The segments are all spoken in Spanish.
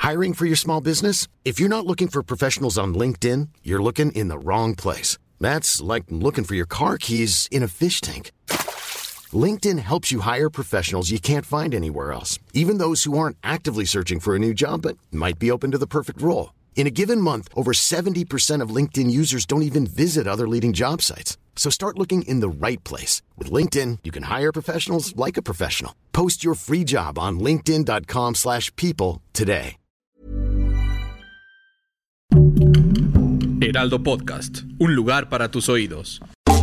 Hiring for your small business? If you're not looking for professionals on LinkedIn, you're looking in the wrong place. That's like looking for your car keys in a fish tank. LinkedIn helps you hire professionals you can't find anywhere else, even those who aren't actively searching for a new job but might be open to the perfect role. In a given month, over 70% of LinkedIn users don't even visit other leading job sites. So start looking in the right place. With LinkedIn, you can hire professionals like a professional. Post your free job on linkedin.com/people today. Heraldo Podcast, un lugar para tus oídos.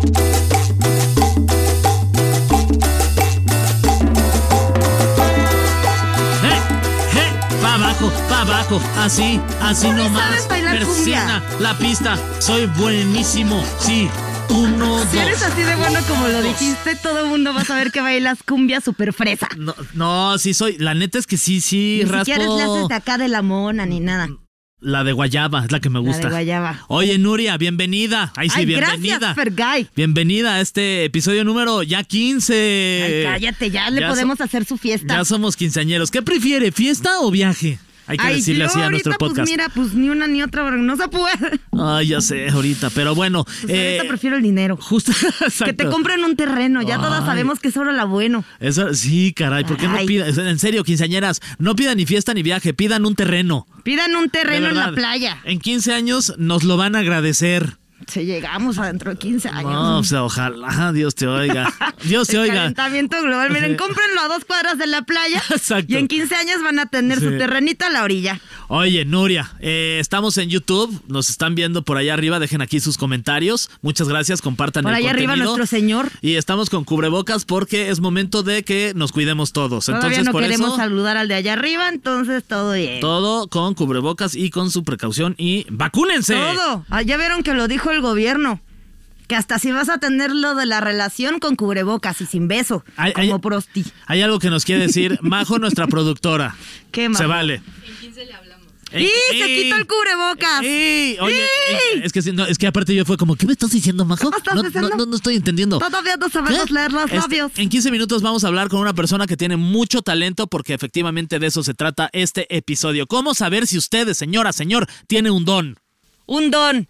Pa' abajo, así nomás. Persina la pista, soy buenísimo, sí. 1, 2. Si eres así de bueno como lo dijiste, todo el mundo va a saber que bailas cumbia súper fresa. No, sí soy, la neta es que sí, Ni raspo. siquiera le haces de acá de la mona ni nada. La de guayaba, es la que me gusta. La de guayaba. Oye, Nuria, bienvenida. Ay, sí, bienvenida. Gracias, Fergay. Bienvenida a este episodio número ya 15. Ay, cállate, ya le podemos hacer su fiesta. Ya somos quinceañeros. ¿Qué prefiere, fiesta o viaje? Hay que decirle así a nuestro podcast. Pues mira, pues ni una ni otra, no se puede. Ay, ya sé, ahorita, pero bueno. Pues ahorita prefiero el dinero. Justo, exacto. Que te compren un terreno, ya todas sabemos que eso era lo bueno. Eso, sí, caray, ¿por qué no pidan? En serio, quinceañeras, no pidan ni fiesta ni viaje, pidan un terreno. Pidan un terreno en la playa. En 15 años nos lo van a agradecer. Si llegamos adentro de 15 años. No, o sea, ojalá Dios te oiga. Dios te oiga. Calentamiento global. Miren, cómprenlo a 2 cuadras de la playa. Exacto. Y en 15 años van a tener su terrenito a la orilla. Oye, Nuria, estamos en YouTube. Nos están viendo por allá arriba. Dejen aquí sus comentarios. Muchas gracias. Compartan el contenido. Por allá arriba nuestro señor. Y estamos con cubrebocas porque es momento de que nos cuidemos todos. Todavía entonces, no por queremos eso, saludar al de allá arriba, entonces todo bien. Todo con cubrebocas y con su precaución. Y vacúnense. Todo. Ya vieron que lo dijo el gobierno. Que hasta si vas a tener lo de la relación con cubrebocas y sin beso, como prosti. Hay algo que nos quiere decir Majo, nuestra productora. ¿Qué, Majo? Se vale. En 15 le hablamos. ¡Y se quitó el cubrebocas! Oye, es que aparte yo fue como, ¿qué me estás diciendo, Majo? No estoy entendiendo. Todavía no sabemos leer los labios. En 15 minutos vamos a hablar con una persona que tiene mucho talento porque efectivamente de eso se trata este episodio. ¿Cómo saber si ustedes, señora, señor, tiene un don? Un don.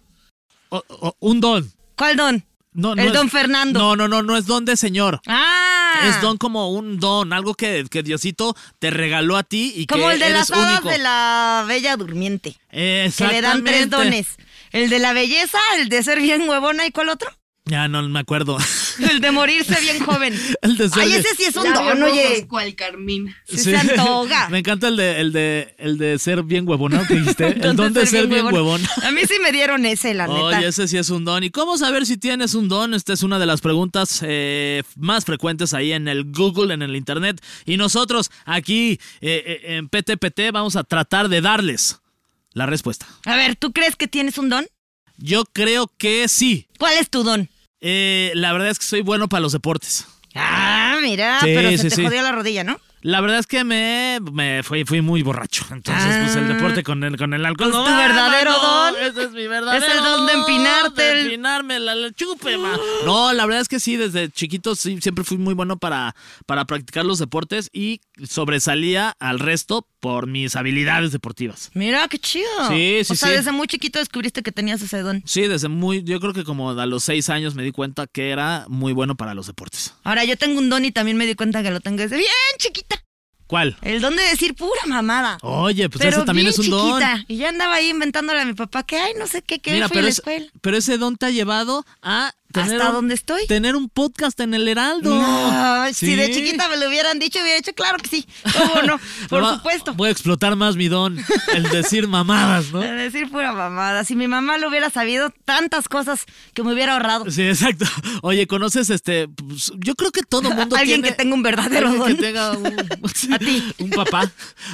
Un don. ¿Cuál don? El don Fernando. No es don de señor. Es don como un don, algo que Diosito te regaló a ti y como que el de eres las hadas único. de la Bella Durmiente. Exactamente. Que le dan 3 dones. El de la belleza, el de ser bien huevona, ¿y cuál otro? Ya no me acuerdo. El de morirse bien joven. El de ser ese sí es un don, oye. Cual Carmín. Se antoja. Me encanta el de ser bien huevón, ¿no? ¿Qué dijiste? El don de ser bien huevón. A mí sí me dieron ese, la neta. Oye, ese sí es un don. ¿Y cómo saber si tienes un don? Esta es una de las preguntas más frecuentes ahí en el Google, en el Internet. Y nosotros aquí en PTPT vamos a tratar de darles la respuesta. A ver, ¿tú crees que tienes un don? Yo creo que sí. ¿Cuál es tu don? La verdad es que soy bueno para los deportes. Mira, Sí, pero se sí, te jodió la rodilla, ¿no? La verdad es que me fui muy borracho. Entonces, pues el deporte con el alcohol. Pues tu verdadero don. Ese es mi verdadero Es el don de empinarte. De empinarme la chupe, ma. No, la verdad es que sí, desde chiquito sí, siempre fui muy bueno para practicar los deportes y sobresalía al resto por mis habilidades deportivas. Mira, qué chido. Sí. O sea, desde muy chiquito descubriste que tenías ese don. Sí, yo creo que como a los 6 años me di cuenta que era muy bueno para los deportes. Ahora, yo tengo un don y también me di cuenta que lo tengo desde bien chiquita. ¿Cuál? El don de decir pura mamada. Oye, pues pero eso también bien es un chiquita. don. Y ya andaba ahí inventándole a mi papá que, no sé qué, Mira, fui a la escuela. Pero ese don te ha llevado a ¿hasta dónde estoy? Tener un podcast en el Heraldo. No, ¿sí? Si de chiquita me lo hubieran dicho, hubiera dicho, claro que sí. ¿Cómo no? Por supuesto. Voy a explotar más mi don, el decir mamadas, ¿no? El decir pura mamada. Si mi mamá lo hubiera sabido, tantas cosas que me hubiera ahorrado. Sí, exacto. Oye, ¿conoces pues, yo creo que todo mundo alguien tiene... que tenga un verdadero don. Que tenga a ti. Un papá.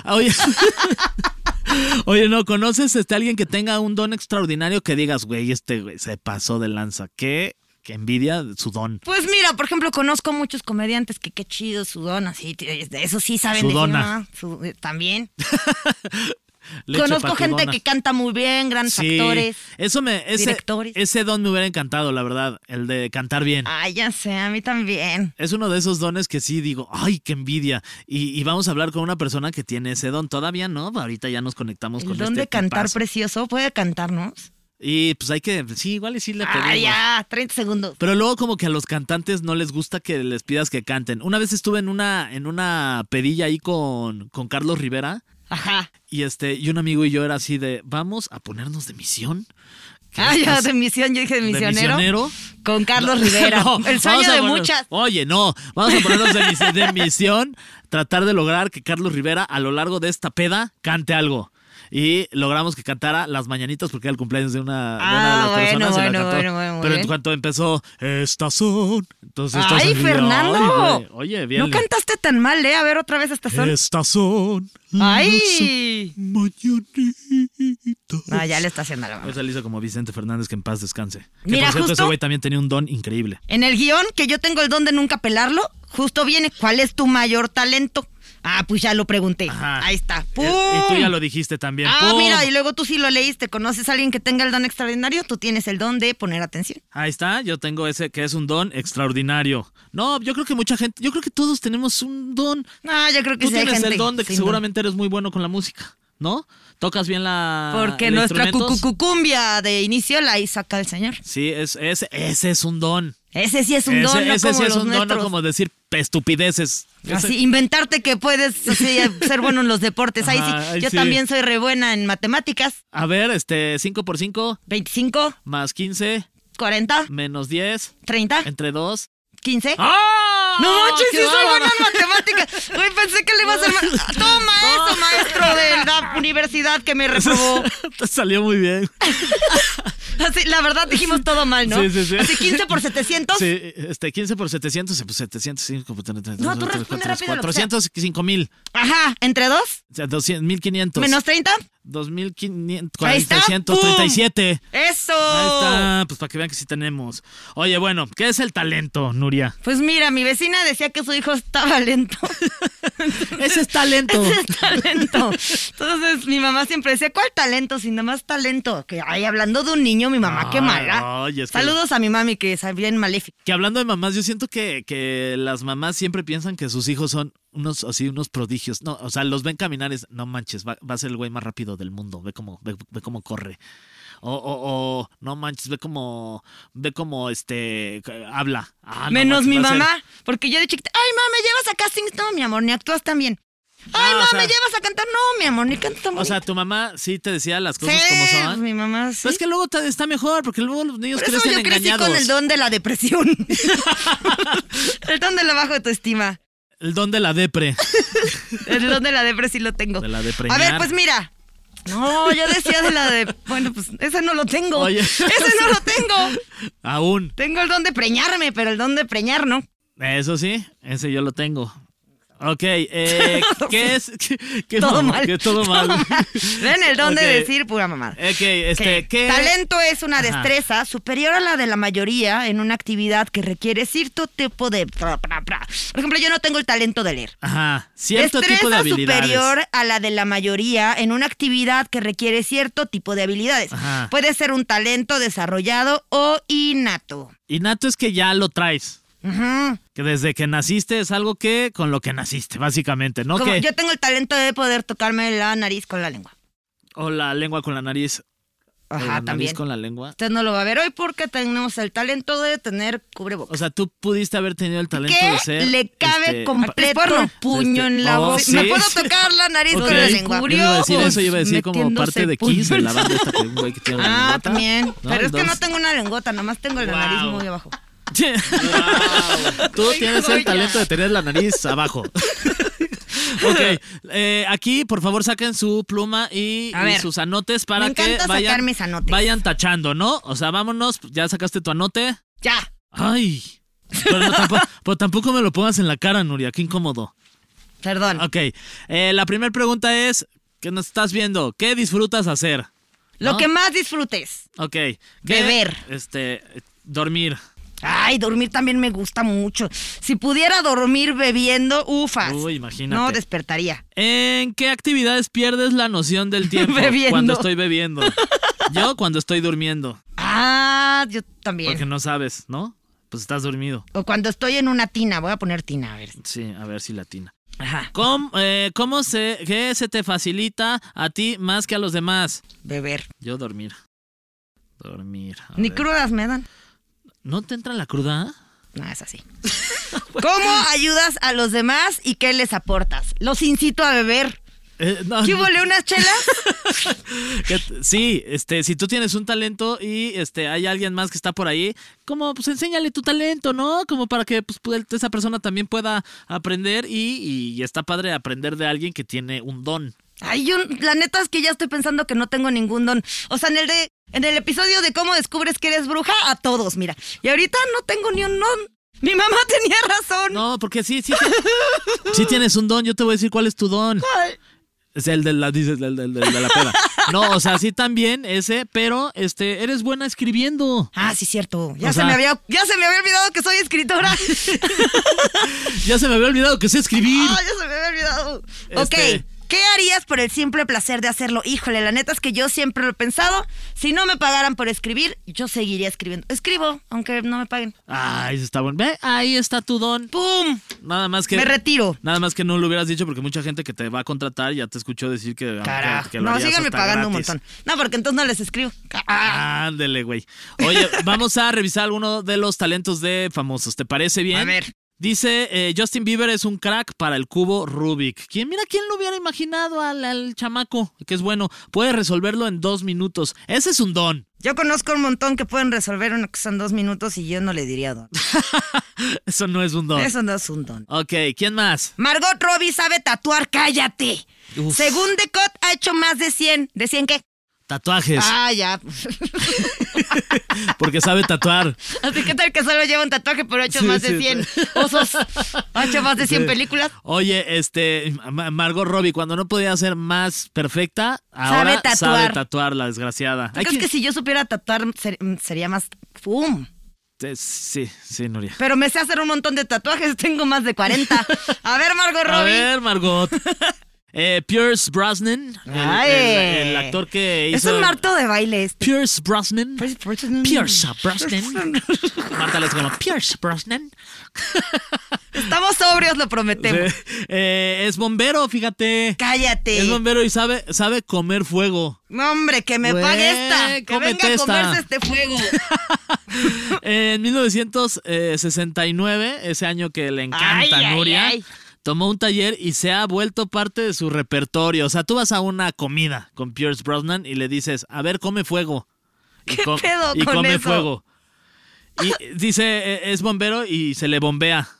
Oye, ¿no conoces alguien que tenga un don extraordinario que digas, güey, güey se pasó de lanza? ¿Qué envidia su don? Pues mira, por ejemplo, conozco muchos comediantes que qué chido su don, así, de eso sí saben su dona. decir, también. Conozco gente patudona. que canta muy bien, grandes Sí, actores. directores. Ese don me hubiera encantado, la verdad, el de cantar bien. Ay, ya sé, a mí también. Es uno de esos dones que sí digo, ¡ay, qué envidia! Y vamos a hablar con una persona que tiene ese don. Todavía no, ahorita ya nos conectamos con El don este de cantar tipazo. precioso, ¿puede cantarnos? Y pues hay que, sí, igual y sí le pedimos. Ah, ya, 30 segundos. Pero luego como que a los cantantes no les gusta que les pidas que canten. Una vez estuve en una pedilla ahí con Carlos Rivera Ajá. y un amigo y yo era así de, vamos a ponernos de misión. ¿Qué Ah, ya, estás- de misión, yo dije de de misionero. misionero? Con Carlos Rivera. No, El sueño vamos a de poner- muchas. Oye, no, vamos a ponernos de misión, tratar de lograr que Carlos Rivera a lo largo de esta peda cante algo. Y logramos que cantara Las Mañanitas porque era el cumpleaños de una de las personas y la cantó. bueno, Pero en bien. cuanto empezó, estas son. Entonces, ¡Ay, así, Fernando! ay, güey, oye, bien. No cantaste tan mal, ¿eh? A ver, otra vez estas son. Estas son. ¡Ay! las mañanitas. No, ya le está haciendo la mano. Esa le hizo como Vicente Fernández, que en paz descanse. Que Mira, por cierto, justo- ese güey también tenía un don increíble. En el guión, que yo tengo el don de nunca pelarlo, justo viene, ¿cuál es tu mayor talento? Ah, pues ya lo pregunté. Ajá. Ahí está. ¡Pum! Y tú ya lo dijiste también. Ah, ¡Pum! mira, y luego tú sí lo leíste. ¿Conoces a alguien que tenga el don extraordinario? Tú tienes el don de poner atención. Ahí está, yo tengo ese que es un don extraordinario. No, yo creo que mucha gente, yo creo que todos tenemos un don. Ah, yo creo que Tú sí hay tienes gente el don de que sin seguramente eres muy bueno con la música, ¿no? Tocas bien la Porque el nuestra instrumentos. cucucucumbia de inicio la hizo acá el señor. Sí, ese es un don. Ese sí es un don, no ese como sí es los un don, no nuestros. como decir estupideces. Así, inventarte que puedes así, ser bueno en los deportes. Ahí sí, Ajá, yo sí. también soy re buena en matemáticas. A ver, 5 por 5 25, más 15 40, menos 10 30, entre 2. 15. ¡Ah! No manches, sí ¡Qué soy bárbaro! buena en matemáticas. Güey, pensé que le iba a hacer mal. Toma eso, maestro de la universidad que me reprobó. Te salió muy bien. Así, la verdad dijimos todo mal, ¿no? Sí, sí, sí. Así 15 por 700. Sí, 15 por 700, pues 705. No, tú responde rápido lo que sea. 405,000. Ajá, ¿entre 2? O sea, 1,500. ¿Menos 30? 2,500. Ahí está. 437. ¡Eso! Ahí está, pues para que vean que sí tenemos. Oye, bueno, ¿qué es el talento, Nuria? Pues mira, mi vecina decía que su hijo estaba lento. Ese es talento. Ese es talento. Entonces mi mamá siempre decía, ¿cuál talento? Si nada más talento. Que ay, hablando de un niño, mi mamá, qué Ay, mala. oye, es que- Saludos a mi mami, que es bien maléfica. Que hablando de mamás, yo siento que las mamás siempre piensan que sus hijos son unos prodigios. No, o sea, los ven caminar y es, no manches, va a ser el güey más rápido del mundo. Ve cómo corre. O no manches, ve cómo habla. Ah, no Menos manches, mi va a ser- mamá, porque yo de chiquita, ay, mamá, ¿me llevas a castings? No, mi amor, ni actúas tan bien. Ay, Ah, o mamá, sea- ¿me llevas a cantar? No, mi amor, ni cantas tan O bonito. sea, tu mamá sí te decía las cosas Sí, como pues, son. mi mamá sí. Pero es que luego está mejor, porque luego los niños Por eso crecen yo crecí engañados. con el don de la depresión. El don de la baja autoestima. El don de la depre. El don de la depresión sí lo tengo. De la de A preñar. ver, pues mira. No, yo decía de la de... Bueno, pues ese no lo tengo. Oye. Ese no lo tengo. Aún. Tengo el don de preñarme, pero el don de preñar no. Eso sí, ese yo lo tengo. Ok, ¿qué es? ¿Qué Todo no? mal. Que todo mal. Ven el don Ok. de decir pura mamada. Ok, Que ¿qué? talento es una Ajá. destreza superior a la de la mayoría en una actividad que requiere cierto tipo de... Por ejemplo, yo no tengo el talento de leer. Ajá, cierto Destreza tipo de habilidades. superior a la de la mayoría en una actividad que requiere cierto tipo de habilidades. Ajá. Puede ser un talento desarrollado o innato. Innato es que ya lo traes. Ujú. Que desde que naciste es algo que con lo que naciste, básicamente, ¿no? Como Que, yo tengo el talento de poder tocarme la nariz con la lengua. o la lengua con la nariz. o la Ajá, nariz también. con la lengua. Usted no lo va a ver hoy porque tenemos el talento de tener cubrebocas. O sea, tú pudiste haber tenido el talento ¿Qué de ser. le cabe completo porno. el puño en la Oh, boca? sí. ¿Me puedo tocar la nariz Ok. con la lengua? Yo iba a decir eso, yo iba a decir como Metiéndose parte de puño Kiss, en de la banda esta que un güey que tiene la Ah, lengüota. también. ¿No? Pero es que no Entonces- tengo una lengüota, nada más tengo la nariz Wow. muy abajo. Tú Ay, tienes el joya. talento de tener la nariz abajo. Ok, aquí por favor saquen su pluma y A ver, sus anotes para me que encanta vayan, sacar mis anotes. vayan tachando, ¿no? O sea, vámonos, ya sacaste tu anote. Ya. Ay, pero tampoco me lo pongas en la cara, Nuria, qué incómodo. Perdón. Ok, la primera pregunta es, ¿qué nos estás viendo? ¿Qué disfrutas hacer? Lo ¿No? que más disfrutes. Ok. ¿qué? Beber. Dormir. Ay, dormir también me gusta mucho. Si pudiera dormir bebiendo, ufas. Uy, imagínate. No, despertaría. ¿En qué actividades pierdes la noción del tiempo? Bebiendo. Cuando estoy bebiendo. Yo cuando estoy durmiendo. Ah, yo también. Porque no sabes, ¿no? Pues estás dormido. O cuando estoy en una tina, voy a poner tina, a ver. Sí, a ver si latina. Ajá. ¿Qué se te facilita a ti más que a los demás? Beber. Yo dormir. Ni crudas me dan. ¿No te entra la cruda? No, es así. ¿Cómo ayudas a los demás y qué les aportas? Los incito a beber. No, ¿Qué hubo, unas chelas? Sí, si tú tienes un talento y hay alguien más que está por ahí, como pues enséñale tu talento, ¿no? Como para que pues, esa persona también pueda aprender y está padre aprender de alguien que tiene un don. Ay, yo la neta es que ya estoy pensando que no tengo ningún don. O sea, en el episodio de cómo descubres que eres bruja, a todos, mira. Y ahorita no tengo ni un don. Mi mamá tenía razón. No, porque sí tienes un don. Yo te voy a decir cuál es tu don. ¿Cuál? Es el de la peda. No, o sea, sí también ese, pero eres buena escribiendo. Ah, sí, cierto. Ya se me había olvidado que soy escritora. Ya se me había olvidado que sé escribir. Ah, ya se me había olvidado. Ok. ¿Qué harías por el simple placer de hacerlo? Híjole, la neta es que yo siempre lo he pensado. Si no me pagaran por escribir, yo seguiría escribiendo. Escribo, aunque no me paguen. Ay, eso está bueno. Ve, ahí está tu don. ¡Pum! Nada más que... Me retiro. Nada más que no lo hubieras dicho porque mucha gente que te va a contratar ya te escuchó decir que... Carajo. Que lo No, harías síganme hasta pagando gratis. un montón. No, porque entonces no les escribo. Ándele, güey. Oye, vamos a revisar alguno de los talentos de famosos. ¿Te parece bien? A ver. Dice, Justin Bieber es un crack para el cubo Rubik. ¿Quién lo hubiera imaginado al chamaco? Que es bueno, puede resolverlo en 2 minutos. Ese es un don. Yo conozco un montón que pueden resolver uno que son 2 minutos y yo no le diría don. Eso no es un don. Eso no es un don. Ok, ¿quién más? Margot Robbie sabe tatuar, cállate. Uf. Según The Cut, ha hecho más de 100. ¿De 100 qué? Tatuajes. Ah, ya. Porque sabe tatuar. Así que tal que solo lleva un tatuaje, pero ha hecho más de 100 osos. Ha hecho más de 100 películas. Oye, Margot Robbie, cuando no podía ser más perfecta, ahora sabe tatuar, la desgraciada. ¿Tú crees que si yo supiera tatuar sería más... ¡Pum! Sí, Nuria. Pero me sé hacer un montón de tatuajes, tengo más de 40. A ver, Margot Robbie. A ver, Margot. Pierce Brosnan, el actor que hizo... Es un marto de baile Pierce Brosnan. Pierce Brosnan. Marta les como Pierce Brosnan. Estamos sobrios, lo prometemos. Sí. Es bombero, fíjate. Cállate. Es bombero y sabe comer fuego. No, hombre, que me pague esta. Que venga a comerse este fuego. En 1969, ese año que le encanta a Nuria... Tomó un taller y se ha vuelto parte de su repertorio. O sea, tú vas a una comida con Pierce Brosnan y le dices, a ver, come fuego. ¿Qué pedo y con come eso? fuego. Y dice, es bombero y se le bombea.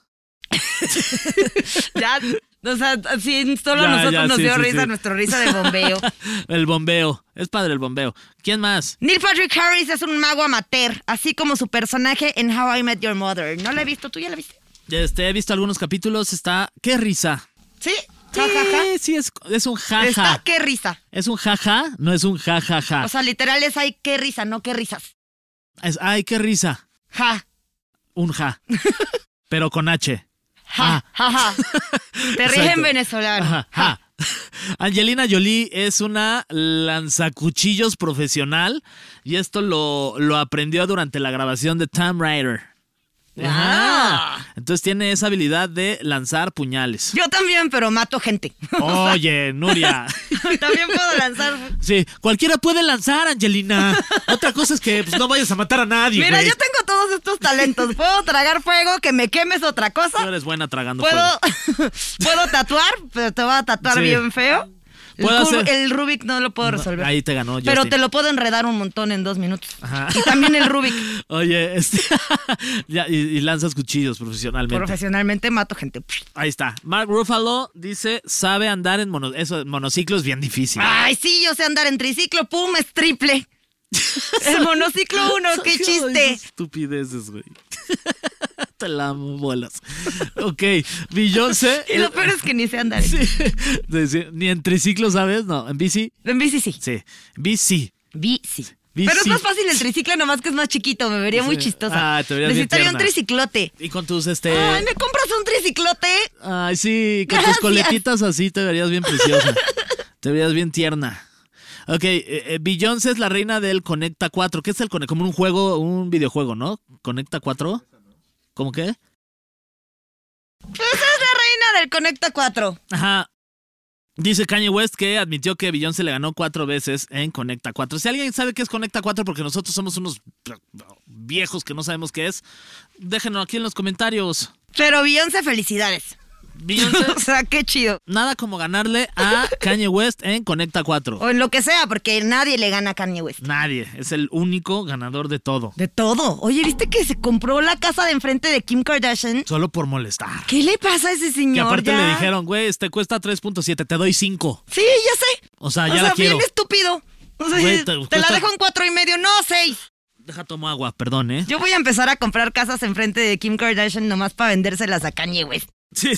Ya, o sea, sí, solo a nosotros nos dio risa nuestra risa de bombeo. El bombeo. Es padre el bombeo. ¿Quién más? Neil Patrick Harris es un mago amateur, así como su personaje en How I Met Your Mother. ¿No la he visto? ¿Tú ya la viste? He visto algunos capítulos, ¡qué risa! ¿Sí? Sí, sí, es un jaja. Está, qué risa. ¿Es un jaja? No es un jajaja. O sea, literal es ay, qué risa, no qué risas. Es ay, qué risa. Ja. Un ja. Pero con H. Ja, ja, ja. Te ríes en venezolano. Ajá, ja. Angelina Jolie es una lanzacuchillos profesional y esto lo aprendió durante la grabación de Tomb Raider. Ajá. Entonces tiene esa habilidad de lanzar puñales. Yo también, pero mato gente. Oye, Nuria. También puedo lanzar. Sí, cualquiera puede lanzar, Angelina. Otra cosa es que no vayas a matar a nadie. Mira, güey. yo tengo todos estos talentos. Puedo tragar fuego, que me quemes otra cosa. Tú eres buena tragando fuego. Puedo tatuar, pero te voy a tatuar bien feo. El Rubik no lo puedo resolver. Ahí te ganó, pero Justin. te lo puedo enredar un montón en 2 minutos. Ajá. Y también el Rubik. Oye, y lanzas cuchillos profesionalmente. Profesionalmente mato gente. Ahí está. Mark Ruffalo dice, sabe andar en monociclo es bien difícil. Ay, sí, yo sé andar en triciclo, pum, es triple. El monociclo 1, qué chiste. Estupideces, güey. Te la amo, bolas. Ok, Beyoncé. Y lo peor es que ni sé andar. Sí. Ni en triciclo, ¿sabes? No, en bici. En bici sí. Sí, bici. Bici. Pero es más fácil el triciclo, nomás que es más chiquito. Me vería muy chistosa. Te verías bien Necesitaría tierna. un triciclote. Y con tus Ay, ¿me compras un triciclote? Ay, sí, con Gracias. tus coletitas así te verías bien preciosa. Te verías bien tierna. Ok, Beyoncé es la reina del Conecta 4. ¿Qué es el Conecta? Como un juego, un videojuego, ¿no? ¿Conecta 4? ¿Cómo qué? Pues es la reina del Conecta 4. Ajá. Dice Kanye West que admitió que Beyoncé le ganó 4 veces en Conecta 4. Si alguien sabe qué es Conecta 4, porque nosotros somos unos viejos que no sabemos qué es, déjenlo aquí en los comentarios. Pero Beyoncé, felicidades. Beyoncé, O sea, qué chido. nada como ganarle a Kanye West en Conecta 4. O en lo que sea, porque nadie le gana a Kanye West. Nadie, es el único ganador de todo. De todo. Oye, ¿viste que se compró la casa de enfrente de Kim Kardashian? Solo por molestar. ¿Qué le pasa a ese señor? Que aparte ya? le dijeron, güey, cuesta 3.7, te doy 5. Sí, ya sé. O sea, ya la bien quiero. estúpido. O sea, Güey, te cuesta- la dejo en 4.5, no 6. Deja tomo agua, perdón, ¿eh? Yo voy a empezar a comprar casas enfrente de Kim Kardashian nomás para vendérselas a Kanye West. Sí.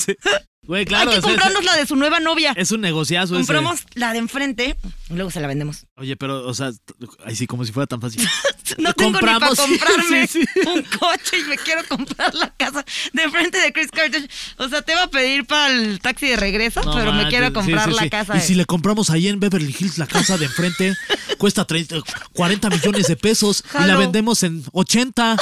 Güey, claro. Hay que comprarnos la de su nueva novia. Es un negociazo ese. Compramos la de enfrente y luego se la vendemos. Oye, pero, o sea, ahí sí, como si fuera tan fácil. No tengo ni para Compramos, sí, comprarme sí. un coche y me quiero comprar la casa de enfrente de Kris Kardashian. O sea, te va a pedir para el taxi de regreso, No pero me manches, quiero comprar sí. la casa. Y si le compramos ahí en Beverly Hills la casa de enfrente, cuesta 40 millones de pesos y la Jalo. vendemos en 80.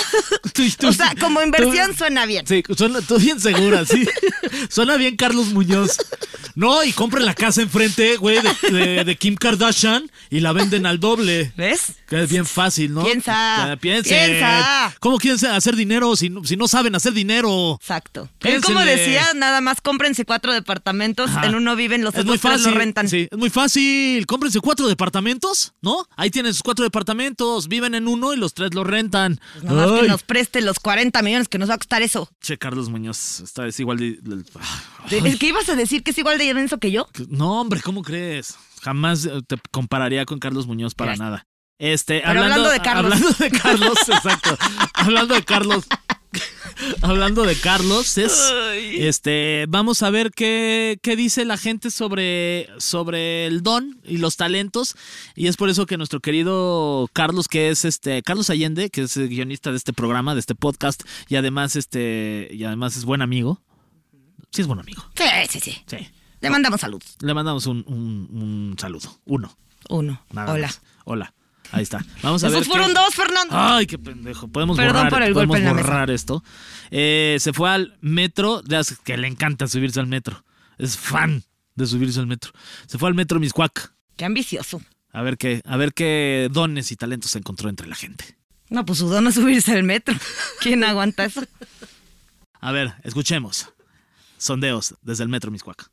O sea, como inversión suena bien. Sí, suena tú bien segura, sí. Suena bien Carlos Muñoz. No, y compren la casa enfrente, güey, de Kim Kardashian y la venden al doble. ¿Ves? Que es bien fácil, ¿no? Piensa. Piensa. ¿Cómo quieren hacer dinero si no saben hacer dinero? Exacto. Él, como Piénsenle. decía, nada más cómprense 4 departamentos, Ajá. en uno viven, los Es muy otros 3 fácil. lo rentan. Sí, es muy fácil. Cómprense 4 departamentos, ¿no? Ahí tienen sus 4 departamentos. Viven en uno y los 3 lo rentan. Pues nada más Ay. que nos preste los 40 millones que nos va a costar eso. Che, Carlos Muñoz, esta vez igual de... ¿Es que ibas a decir que es igual de denso que yo? No, hombre, ¿cómo crees? Jamás te compararía con Carlos Muñoz para Gracias. nada. hablando de Carlos. Hablando de Carlos, exacto. Hablando de Carlos. Hablando de Carlos, vamos a ver qué dice la gente sobre el don y los talentos. Y es por eso que nuestro querido Carlos, que es Carlos Allende, que es el guionista de este programa, de este podcast, y además es buen amigo. Sí, es buen amigo. Sí. Sí. Le mandamos saludos. Le mandamos un saludo. Uno. Nada Hola. más. Hola. Ahí está. Vamos a ver. Esos fueron 2, Fernando. Ay, qué pendejo. Podemos Perdón por el golpe en la mesa. borrar esto. Se fue al metro, que le encanta subirse al metro. Es fan de subirse al metro. Se fue al metro Miscuac. Qué ambicioso. A ver qué dones y talentos se encontró entre la gente. No, pues su don es subirse al metro. ¿Quién aguanta eso? A ver, escuchemos. Sondeos desde el metro Miscuac.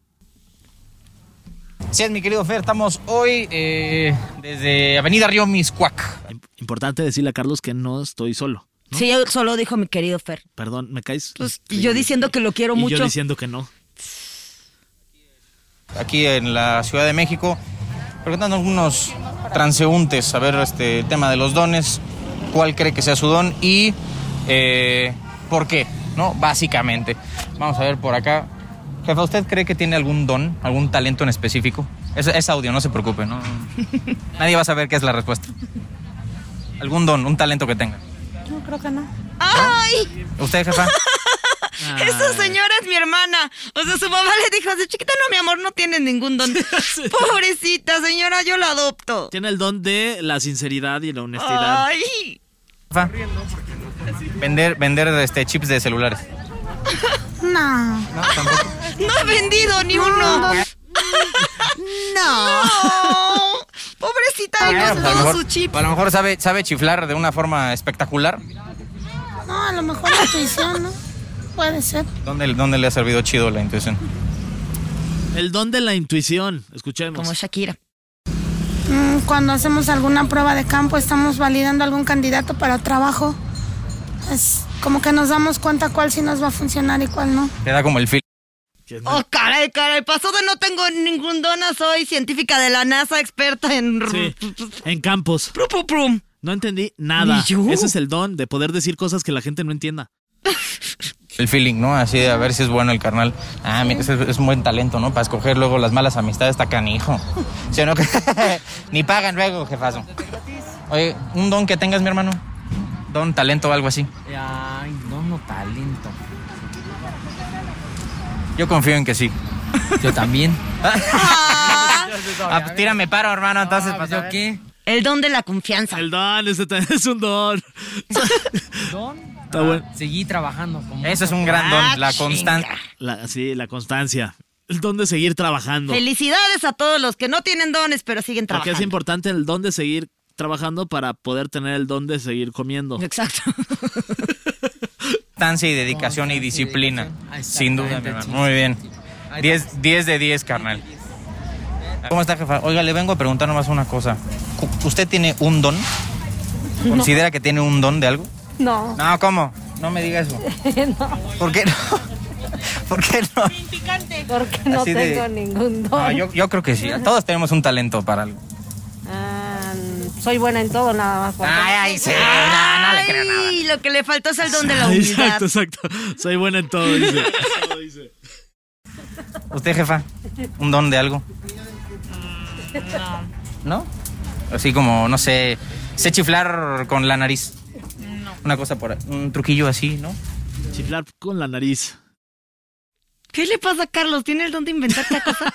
Sí, mi querido Fer, estamos hoy desde Avenida Río Miscuac. Importante decirle a Carlos que no estoy solo. ¿no? Sí, solo dijo mi querido Fer. Perdón, ¿me caes? Pues, y yo diciendo que lo quiero y mucho. yo diciendo que no. Aquí en la Ciudad de México, preguntando a algunos transeúntes a ver el tema de los dones, cuál cree que sea su don y por qué, ¿no? Básicamente. Vamos a ver por acá. Jefa, ¿usted cree que tiene algún don, algún talento en específico? Es audio, no se preocupe, ¿no? Nadie va a saber qué es la respuesta. ¿Algún don, un talento que tenga? No, creo que no. ¡Ay! ¿Usted, jefa? Esa señora es mi hermana. O sea, su mamá le dijo, de chiquita, no, mi amor, no tienes ningún don. Pobrecita señora, yo la adopto. Tiene el don de la sinceridad y la honestidad. Ay. Jefa, vender chips de celulares. No. No, tampoco. No he vendido ni uno. No. Pobrecita, Bueno, le pues a lo costó mejor- su chip. A lo mejor sabe chiflar de una forma espectacular. No, a lo mejor la intuición, ¿no? Puede ser. ¿Dónde le ha servido chido la intuición? El don de la intuición. Escuchemos. Como Shakira. Cuando hacemos alguna prueba de campo, estamos validando algún candidato para trabajo. Es como que nos damos cuenta cuál sí nos va a funcionar y cuál no. Te da como el feel. Oh, caray. Pasó de no tengo ningún don a soy científica de la NASA, experta en... Sí, en campos. Prum. No entendí nada. Ni yo. Ese es el don de poder decir cosas que la gente no entienda. El feeling, ¿no? Así de a ver si es bueno el carnal. Ah, mira, es un buen talento, ¿no? Para escoger luego las malas amistades está canijo. ¿Sí o no? Ni pagan luego, jefazo. Oye, un don que tengas, mi hermano. Don, talento o algo así. Ay, no, talento. Yo confío en que sí. Yo también. Pues tírame paro, hermano, entonces. No, ¿yo qué? El don de la confianza. El don, ese también es un don. ¿Don? Está bueno. Seguí trabajando. Eso es un gran don, la constancia. La constancia. El don de seguir trabajando. Felicidades a todos los que no tienen dones, pero siguen Porque trabajando. es importante el don de seguir trabajando para poder tener el don de seguir comiendo. Exacto. Constancia y dedicación y disciplina. Sin duda, mi hermano. Sí. Muy bien. 10 de 10, carnal. ¿Cómo está, jefa? Oiga, le vengo a preguntar nomás una cosa. ¿Usted tiene un don? ¿Considera que tiene un don de algo? No. No, ¿cómo? No me diga eso. No. ¿Por qué no? ¿Por qué no? Porque no Así de- tengo ningún don. No, yo creo que sí. Todos tenemos un talento para algo. Soy buena en todo, nada más. Ay, sí. No le creo nada. Ay, lo que le faltó es el don de la humildad. Exacto. Soy buena en todo, dice. ¿Usted, jefa? ¿Un don de algo? No. ¿No? Así como, no sé, sé chiflar con la nariz. No. Una cosa por ahí. Un truquillo así, ¿no? Chiflar con la nariz. ¿Qué le pasa a Carlos? ¿Tiene el don de inventar esta cosa?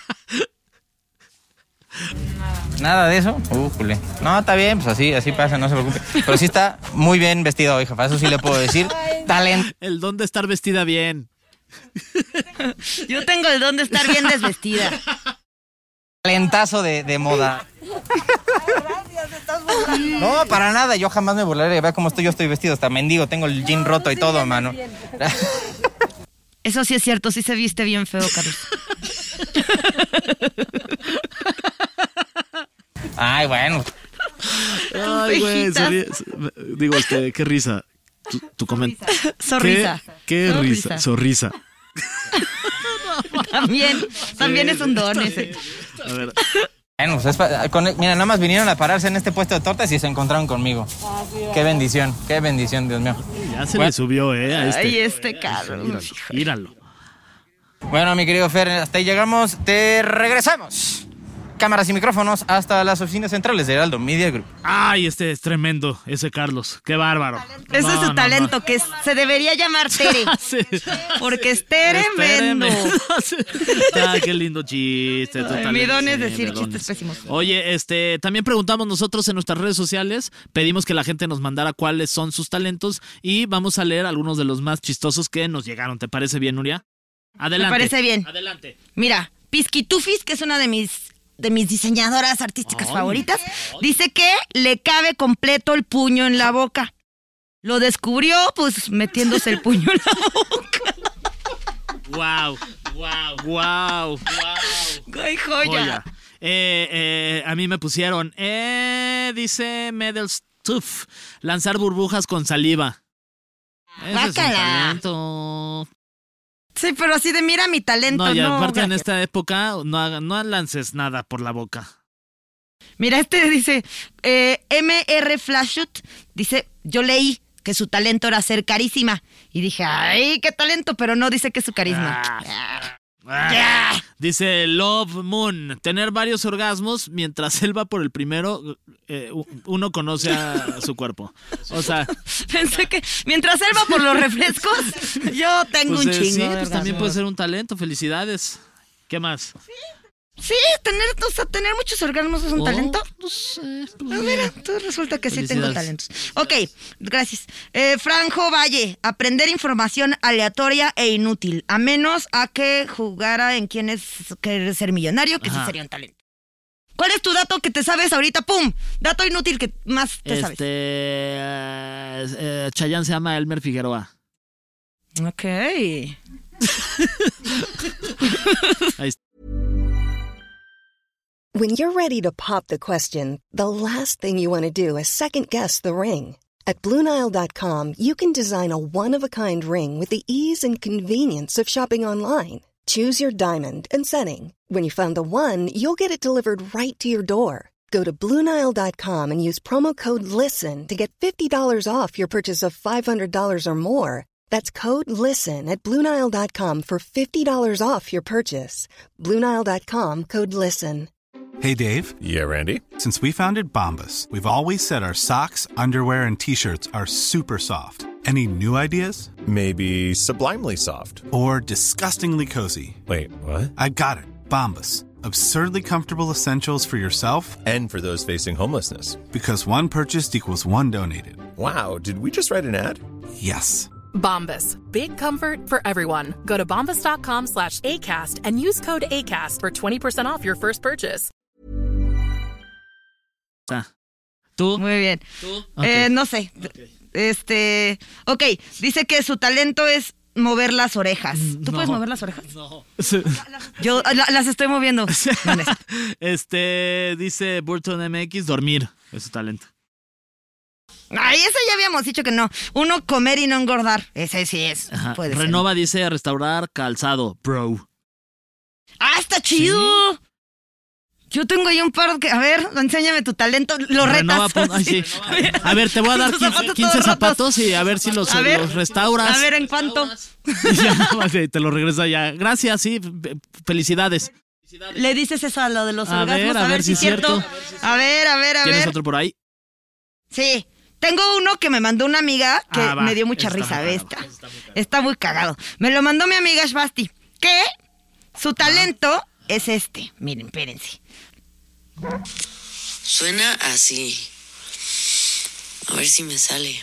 ¿Nada de eso? Jule. No, está bien, pues así pasa, no se preocupe. Pero sí está muy bien vestido hoy, jefa. Eso sí le puedo decir. Talento. El don de estar vestida bien. Yo tengo el don de estar bien desvestida. Talentazo de moda. No, para nada. Yo jamás me burlaré. Vea cómo yo estoy vestido. Hasta mendigo. Tengo el jean roto y todo, mano. Eso sí es cierto, sí se viste bien feo, Carlos. Ay, bueno. Ay, güey. cejitas. Digo, qué risa. Tu comentario. Sonrisa. Qué risa. Sonrisa. También es un don ese. A ver. Bueno, pues mira, nada más vinieron a pararse en este puesto de tortas y se encontraron conmigo. Qué bendición, Dios mío. Ya se le subió, a este. Ay, Carlos. Míralo. Bueno, mi querido Fer, hasta ahí llegamos. Te regresamos. Cámaras y micrófonos hasta las oficinas centrales de Heraldo Media Group. Ay, este es tremendo, ese Carlos. Qué bárbaro. Ese es su talento, no. que se debería llamar Tere. Sí. Porque es tremendo. Qué lindo chiste. Mi don es decir chistes pésimos. Oye, también preguntamos nosotros en nuestras redes sociales, pedimos que la gente nos mandara cuáles son sus talentos y vamos a leer algunos de los más chistosos que nos llegaron. ¿Te parece bien, Nuria? Adelante. Me parece bien. Adelante. Mira, Pisquitufis, que es una de mis diseñadoras artísticas favoritas, dice que le cabe completo el puño en la boca. Lo descubrió, pues, metiéndose el puño en la boca. Wow. ¡Ay, joya! A mí me pusieron, dice Medelstuff, lanzar burbujas con saliva. Ese es un talento. Sí, pero así de mira mi talento. No, y no, aparte gracias. en esta época no lances nada por la boca. Mira, dice, MR Flashut, dice, yo leí que su talento era ser carísima. Y dije, ay, qué talento, pero no dice que es su carisma. Dice Love Moon, tener varios orgasmos mientras él va por el primero, uno conoce a su cuerpo. O sea, pensé que mientras él va por los refrescos, yo tengo pues, un chingo. sí, de pues orgasmos. también puede ser un talento, felicidades. ¿Qué más? Sí, tener muchos orgasmos es un talento. No sé. Mira, tú resulta que sí tengo Felicidades. talentos. Ok, gracias. Franjo Valle, aprender información aleatoria e inútil, a menos a que jugara en quién es querer ser millonario, que sí sería un talento. ¿Cuál es tu dato que te sabes ahorita? ¡Pum! Dato inútil que más te sabes. Chayanne se llama Elmer Figueroa. Ok. Ahí está. When you're ready to pop the question, the last thing you want to do is second-guess the ring. At BlueNile.com, you can design a one-of-a-kind ring with the ease and convenience of shopping online. Choose your diamond and setting. When you find the one, you'll get it delivered right to your door. Go to BlueNile.com and use promo code LISTEN to get $50 off your purchase of $500 or more. That's code LISTEN at BlueNile.com for $50 off your purchase. BlueNile.com, code LISTEN. Hey, Dave. Yeah, Randy? Since we founded Bombas, we've always said our socks, underwear, and T-shirts are super soft. Any new ideas? Maybe sublimely soft. Or disgustingly cozy. Wait, what? I got it. Bombas. Absurdly comfortable essentials for yourself and for those facing homelessness. Because one purchased equals one donated. Wow, did we just write an ad? Yes. Bombas. Big comfort for everyone. Go to bombas.com/ACAST and use code ACAST for 20% off your first purchase. ¿Tú? Muy bien. ¿Tú? Okay. No sé. Ok, dice que su talento es mover las orejas. ¿Tú puedes mover las orejas? No. Yo las estoy moviendo. Dice Burton MX, dormir. Es su talento. Ay, ese ya habíamos dicho que no. Uno, comer y no engordar. Ese sí es. Puede Renova ser. dice restaurar calzado, bro. ¡Ah, está chido! ¿Sí? Yo tengo ahí un par que... A ver, enséñame tu talento. Lo retas. Ay, sí. A ver, te voy a dar 15 zapatos y a ver si los restauras. A ver, ¿en cuánto? Ya, te lo regresa ya. Gracias, sí. Felicidades. ¿Le dices eso a lo de los orgasmos? A ver si es cierto. A ver. ¿Tienes otro por ahí? Sí. Tengo uno que me mandó una amiga que me dio mucha risa. Está muy cagado. Me lo mandó mi amiga Shvasti. Que su talento es este. Miren, espérense. Suena así. A ver si me sale.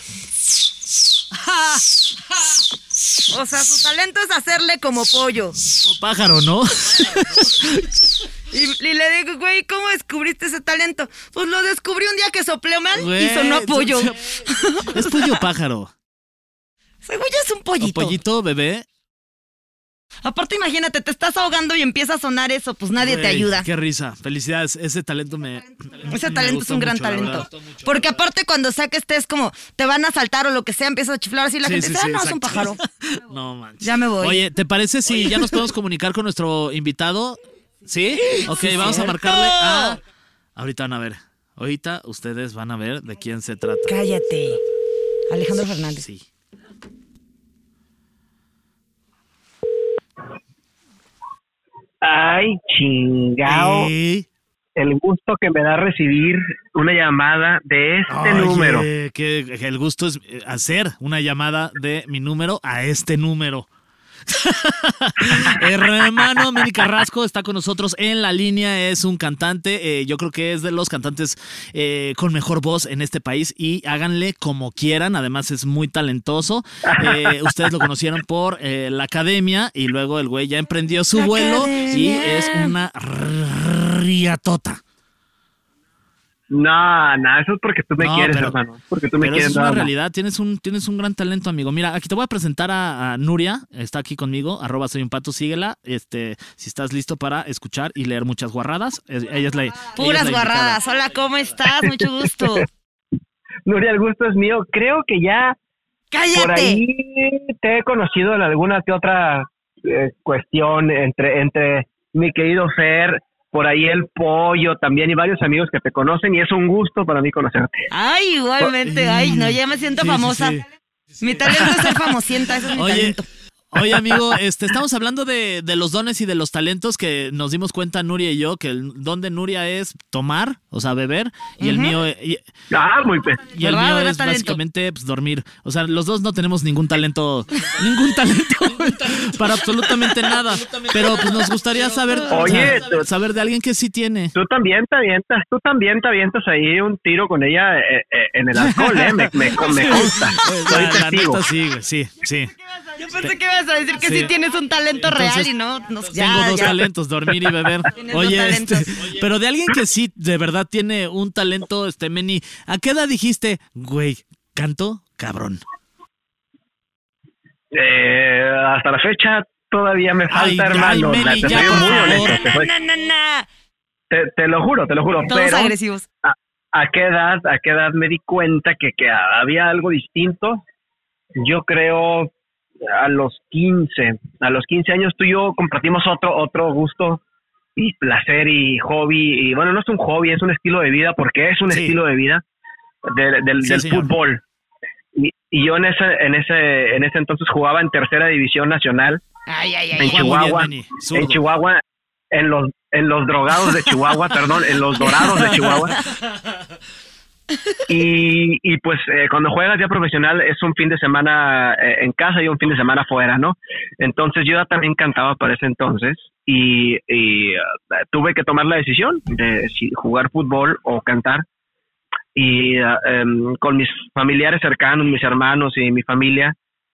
O sea, su talento es hacerle como pollo. Como pájaro, ¿no? Y le digo, güey, ¿cómo descubriste ese talento? Pues lo descubrí un día que soplé mal y sonó a pollo. Es pollo pájaro. Según ya es un pollito. ¿Un pollito, bebé? Aparte, imagínate, te estás ahogando y empieza a sonar eso, pues nadie te ayuda. Qué risa. Felicidades. Ese talento Ese talento es un gran talento. Porque aparte cuando saques es como, te van a saltar o lo que sea, empiezas a chiflar así la gente dice, no, es un pájaro. No manches. Ya me voy. Oye, ¿te parece si ya nos podemos comunicar con nuestro invitado? ¿Sí? Ok, vamos a marcarle a... Ahorita van a ver. Ahorita ustedes van a ver de quién se trata. Cállate. Alejandro Fernández. Sí. Ay, chingao. El gusto que me da recibir una llamada de este número. Que el gusto es hacer una llamada de mi número a este número. Hermano Mini Carrasco está con nosotros en la línea. Es un cantante, yo creo que es de los cantantes con mejor voz en este país. Y háganle como quieran, además es muy talentoso. Ustedes lo conocieron por la academia. Y luego el güey ya emprendió su vuelo y es una riatota. No, eso es porque tú me quieres, hermano. Porque tú me quieres. Es una realidad, tienes un gran talento, amigo. Mira, aquí te voy a presentar a Nuria, está aquí conmigo, @soyunpato, síguela. Si estás listo para escuchar y leer muchas guarradas. Ella es la puras guarradas. Hola, ¿cómo estás? Mucho gusto. Nuria, el gusto es mío. Creo que ya ¡cállate! Por ahí te he conocido en alguna que otra cuestión entre mi querido Fer, por ahí el Pollo también y varios amigos que te conocen y es un gusto para mí conocerte. Ay, igualmente. Ay, no, ya me siento famosa. Sí. Mi talento es ser famosienta, ese es mi talento. Oye, amigo, estamos hablando de los dones y de los talentos que nos dimos cuenta Nuria y yo, que el don de Nuria es tomar, o sea, beber, y el mío y el mío es básicamente dormir. O sea, los dos no tenemos ningún talento para absolutamente nada. Pero pues nos gustaría saber, saber de alguien que sí tiene. Tú también te avientas ahí un tiro con ella en el alcohol, me consta. Soy testigo. La neta sí. Yo pensé que ibas a decir que sí tienes un talento. Entonces, real y no tengo dos talentos, dormir y beber. Oye, pero de alguien que sí de verdad tiene un talento, Meni, ¿a qué edad dijiste, güey, canto cabrón? Hasta la fecha todavía me falta, hermano. Meni, te ya, soy por muy favor. honesto. Te lo juro. Todos pero agresivos. ¿A qué edad me di cuenta que había algo distinto? Yo creo a los 15 años tú y yo compartimos otro gusto y placer y hobby, y bueno, no es un hobby, es un estilo de vida, porque es un estilo de vida del fútbol. Y yo en ese entonces jugaba en tercera división nacional. Ay. En Chihuahua, en los en los drogados de Chihuahua, perdón, en los dorados de Chihuahua. Y pues cuando juegas ya profesional es un fin de semana en casa y un fin de semana fuera, ¿no? Entonces yo ya también cantaba para ese entonces y tuve que tomar la decisión de si jugar fútbol o cantar. Y con mis familiares cercanos, mis hermanos y mi familia,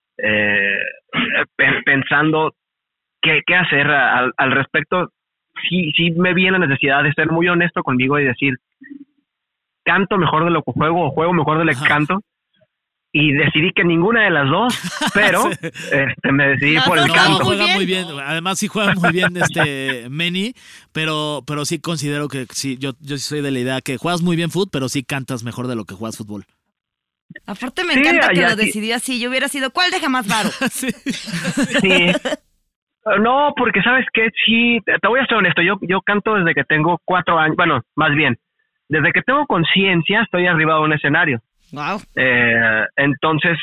pensando qué hacer al respecto, sí me vi en la necesidad de ser muy honesto conmigo y decir, canto mejor de lo que juego o juego mejor de lo que canto, y decidí que ninguna de las dos, pero me decidí por el canto. Juega muy bien, además sí juega muy bien Manny, pero sí considero que sí, yo sí soy de la idea que juegas muy bien fútbol, pero sí cantas mejor de lo que juegas fútbol. Aparte me encanta que lo decidí así, yo hubiera sido, ¿cuál deja más varo? Sí. No, porque sabes que sí, te voy a ser honesto, yo canto desde que tengo 4 años, bueno, más bien, desde que tengo conciencia estoy arriba de un escenario. Wow. Entonces,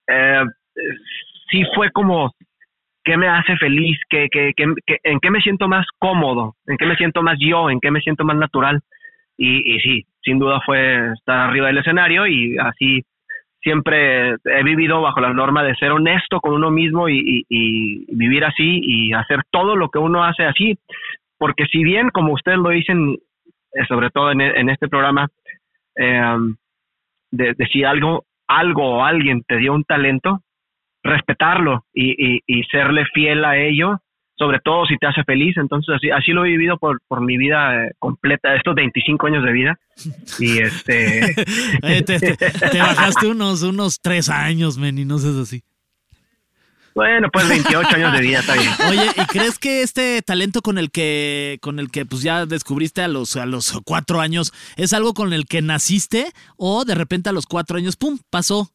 sí fue como, ¿qué me hace feliz? ¿En qué me siento más cómodo? ¿En qué me siento más yo? ¿En qué me siento más natural? Y sí, sin duda fue estar arriba del escenario, y así siempre he vivido bajo la norma de ser honesto con uno mismo y vivir así y hacer todo lo que uno hace así. Porque si bien, como ustedes lo dicen, sobre todo en este programa, de si algo o alguien te dio un talento, respetarlo y serle fiel a ello, sobre todo si te hace feliz. Entonces así lo he vivido por mi vida completa, estos 25 años de vida. Y te bajaste unos 3 años, men, y no seas así. Bueno, pues 28 años de vida, está bien. Oye, ¿y crees que este talento con el que pues ya descubriste a los 4 años es algo con el que naciste, o de repente a los 4 años, pum, pasó?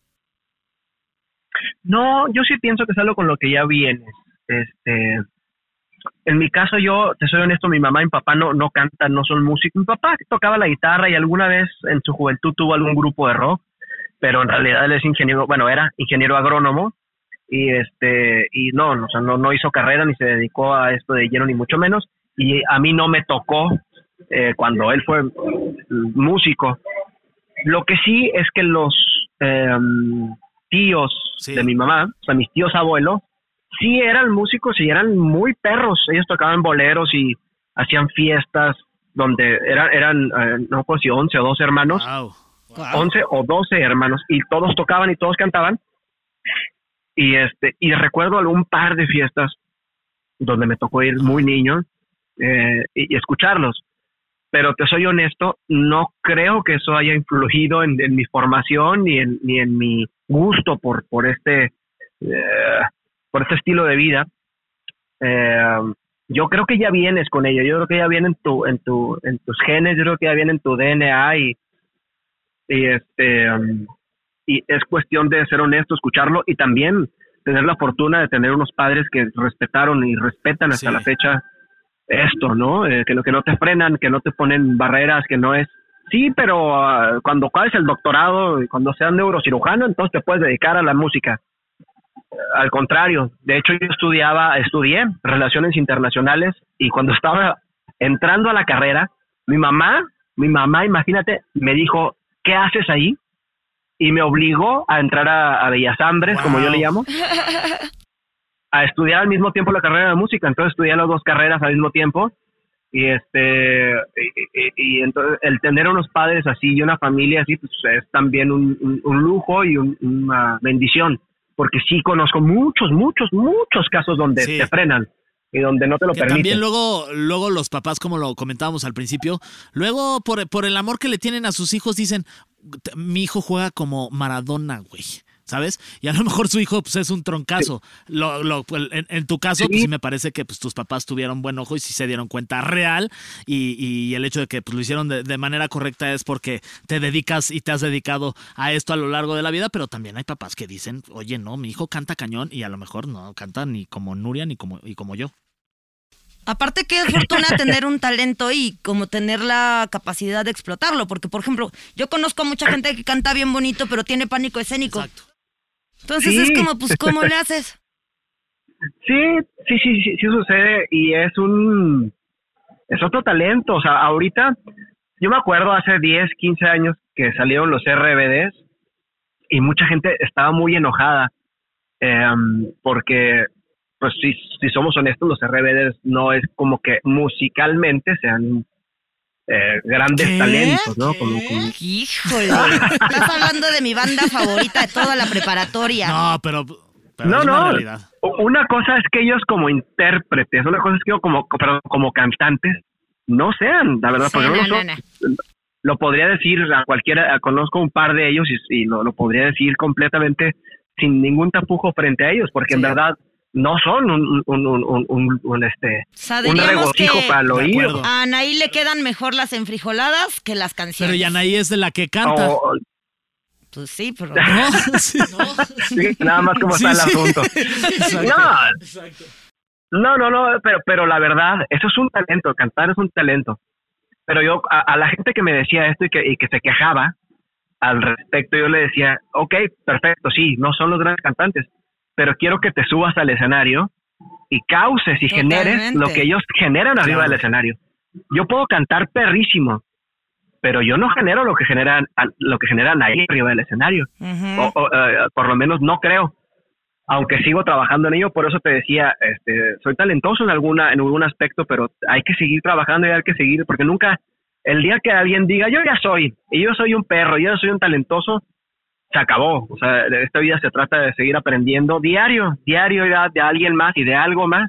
No, yo sí pienso que es algo con lo que ya vienes. En mi caso, yo te soy honesto, mi mamá y mi papá no cantan, no son músicos. Mi papá tocaba la guitarra y alguna vez en su juventud tuvo algún grupo de rock, pero en realidad él es era ingeniero agrónomo. Y no hizo carrera ni se dedicó a esto de lleno, ni mucho menos. Y a mí no me tocó cuando él fue músico. Lo que sí es que los tíos de mi mamá, o sea, mis tíos abuelos, sí eran músicos y eran muy perros. Ellos tocaban boleros y hacían fiestas donde eran no sé si 11 o 12 hermanos. Wow. 11 o 12 hermanos, y todos tocaban y todos cantaban. Y recuerdo algún par de fiestas donde me tocó ir muy niño y escucharlos. Pero te soy honesto, no creo que eso haya influido en mi formación ni en mi gusto por este estilo de vida. Yo creo que ya vienes con ello. Yo creo que ya viene en tus genes. Yo creo que ya viene en tu DNA y es cuestión de ser honesto, escucharlo, y también tener la fortuna de tener unos padres que respetaron y respetan hasta la fecha esto, ¿no? Que no te frenan, que no te ponen barreras, que no es... Sí, pero cuando acabes el doctorado y cuando seas neurocirujano, entonces te puedes dedicar a la música. Al contrario, de hecho yo estudié Relaciones Internacionales, y cuando estaba entrando a la carrera, mi mamá, imagínate, me dijo, ¿qué haces ahí? Y me obligó a entrar a Bellas Artes, como yo le llamo, a estudiar al mismo tiempo la carrera de música. Entonces estudié las 2 carreras al mismo tiempo, y entonces el tener unos padres así y una familia así, pues es también un lujo y una bendición, porque sí conozco muchos casos donde te frenan y donde no te lo permiten. También luego los papás, como lo comentábamos al principio, luego por el amor que le tienen a sus hijos dicen, mi hijo juega como Maradona, güey, ¿sabes? Y a lo mejor su hijo pues es un troncazo. En tu caso, pues sí me parece que pues tus papás tuvieron buen ojo y sí se dieron cuenta real, y el hecho de que pues lo hicieron de manera correcta es porque te dedicas y te has dedicado a esto a lo largo de la vida. Pero también hay papás que dicen, oye, no, mi hijo canta cañón, y a lo mejor no canta ni como Nuria ni como yo. Aparte que es fortuna tener un talento y como tener la capacidad de explotarlo, porque por ejemplo, yo conozco a mucha gente que canta bien bonito, pero tiene pánico escénico. Exacto. Entonces es como, pues, ¿cómo le haces? Sí sucede, y es es otro talento. O sea, ahorita, yo me acuerdo hace 10, 15 años que salieron los RBDs y mucha gente estaba muy enojada porque, pues si somos honestos, los RBDs no es como que musicalmente sean grandes talentos, ¿no? Como... Híjole, estás hablando de mi banda favorita de toda la preparatoria. No, pero no, es una realidad. Una cosa es que ellos como intérpretes, una cosa es que ellos como cantantes no sean, la verdad, porque lo podría decir a cualquiera, conozco un par de ellos y lo podría decir completamente sin ningún tapujo frente a ellos, porque en verdad no son un regocijo para el oído. A Anaí le quedan mejor las enfrijoladas que las canciones. Pero y Anaí es de la que canta. Pues sí, pero no. Sí, nada más como está el asunto. No, pero la verdad, eso es un talento, cantar es un talento. Pero yo, a la gente que me decía esto y que se quejaba al respecto, yo le decía, ok, perfecto, sí, no son los grandes cantantes, pero quiero que te subas al escenario y causes y generes lo que ellos generan arriba del escenario. Yo puedo cantar perrísimo, pero yo no genero lo que generan ahí arriba del escenario. Uh-huh. Por lo menos no creo. Aunque sigo trabajando en ello, por eso te decía, soy talentoso en algún aspecto, pero hay que seguir trabajando y hay que seguir, porque nunca, el día que alguien diga, yo ya soy, y yo soy un perro, yo soy un talentoso, se acabó. O sea, esta vida se trata de seguir aprendiendo diario de alguien más y de algo más.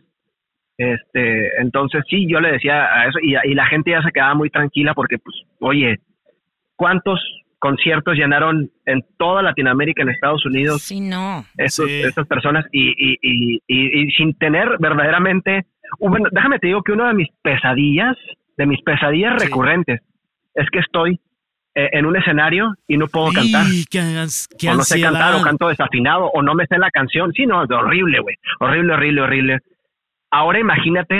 Entonces sí, yo le decía a eso, y la gente ya se quedaba muy tranquila porque, pues, oye, ¿cuántos conciertos llenaron en toda Latinoamérica, en Estados Unidos? Sí, no. Estas personas y sin tener verdaderamente... Bueno, déjame te digo que una de mis pesadillas recurrentes es que estoy en un escenario y no puedo cantar. Qué o no sé ansiedad. cantar, o canto desafinado, o no me sé la canción. Sí, no, es horrible, güey. Horrible. Ahora imagínate,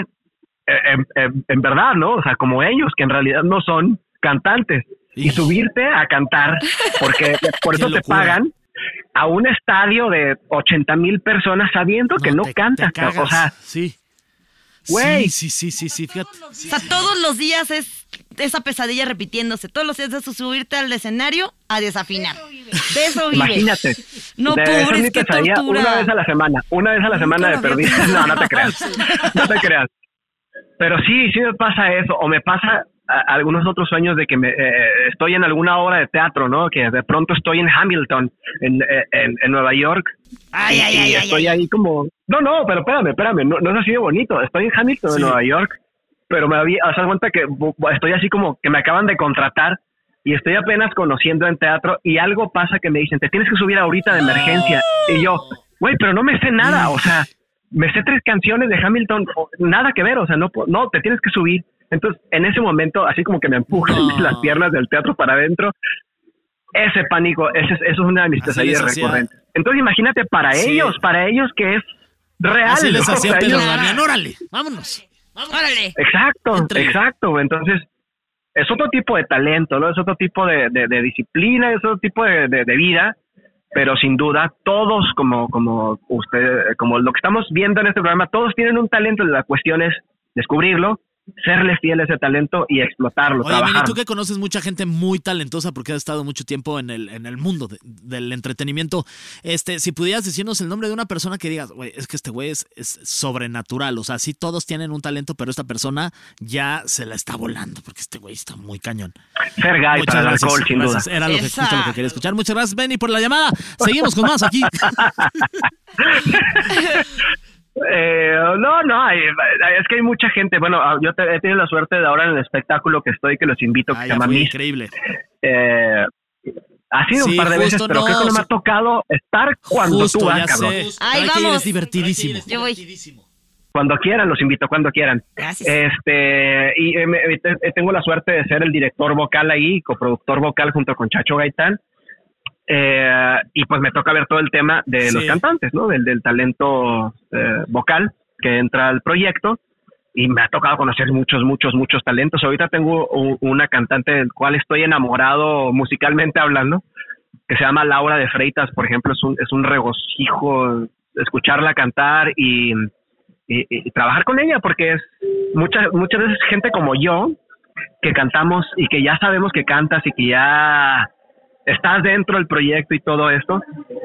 en verdad, ¿no? O sea, como ellos, que en realidad no son cantantes. Y subirte a cantar, porque por eso te pagan, a un estadio de 80,000 personas sabiendo que no cantas. O sea, sí. Güey. Sí, fíjate. O sea, todos los días es esa pesadilla repitiéndose. Todos los días es subirte al escenario a desafinar. De eso vives. Imagínate. No, pobres, qué tortura. Una vez a la semana de perdidas. No te creas. Pero sí me pasa eso. O me pasa algunos otros sueños de que estoy en alguna obra de teatro, ¿no? Que de pronto estoy en Hamilton, en Nueva York. Y estoy ahí como... No, pero espérame, no es así de bonito. Estoy en Hamilton, en Nueva York, pero me había dado cuenta que estoy así como que me acaban de contratar y estoy apenas conociendo en teatro y algo pasa que me dicen, te tienes que subir ahorita de emergencia. Y yo, güey, pero no me sé nada, o sea, me sé 3 canciones de Hamilton, nada que ver, o sea, no, te tienes que subir. Entonces, en ese momento, así como que me empujan las piernas del teatro para adentro, ese pánico, eso es una de mis pesadillas recurrentes. Entonces, imagínate para ellos que es real. Así les hacía ¿no? Pedro Damián, órale, vámonos. Órale. Exacto. Entonces, es otro tipo de talento, ¿no? Es otro tipo de disciplina, es otro tipo de vida, pero sin duda, todos, como usted, como lo que estamos viendo en este programa, todos tienen un talento. La cuestión es descubrirlo, serle fiel a ese talento y explotarlo, trabajarlo. Oye, Mini, tú que conoces mucha gente muy talentosa porque has estado mucho tiempo en el mundo del entretenimiento, si pudieras decirnos el nombre de una persona que digas, güey, es que este güey es sobrenatural, o sea, sí todos tienen un talento, pero esta persona ya se la está volando porque este güey está muy cañón. Sergay para el alcohol, sin duda. Era justo lo que quería escuchar. Muchas gracias, Benny, por la llamada. Seguimos con más aquí. Es que hay mucha gente. Bueno, yo he tenido la suerte de ahora en el espectáculo que estoy, que los invito, que se llama Miss. Increíble. Ha sido un par de veces, pero creo que no me ha tocado estar cuando tú vas, cabrón. Ahí vamos. Es divertidísimo. Yo voy. Cuando quieran, los invito, cuando quieran. Gracias. Y tengo la suerte de ser el director vocal ahí, coproductor vocal junto con Chacho Gaitán. Y pues me toca ver todo el tema de los cantantes, ¿no? Del talento vocal que entra al proyecto, y me ha tocado conocer muchos talentos. Ahorita tengo una cantante del cual estoy enamorado musicalmente hablando, que se llama Laura de Freitas, por ejemplo. Es un regocijo escucharla cantar y y trabajar con ella, porque es muchas veces gente como yo que cantamos y que ya sabemos que cantas y que ya estás dentro del proyecto y todo esto,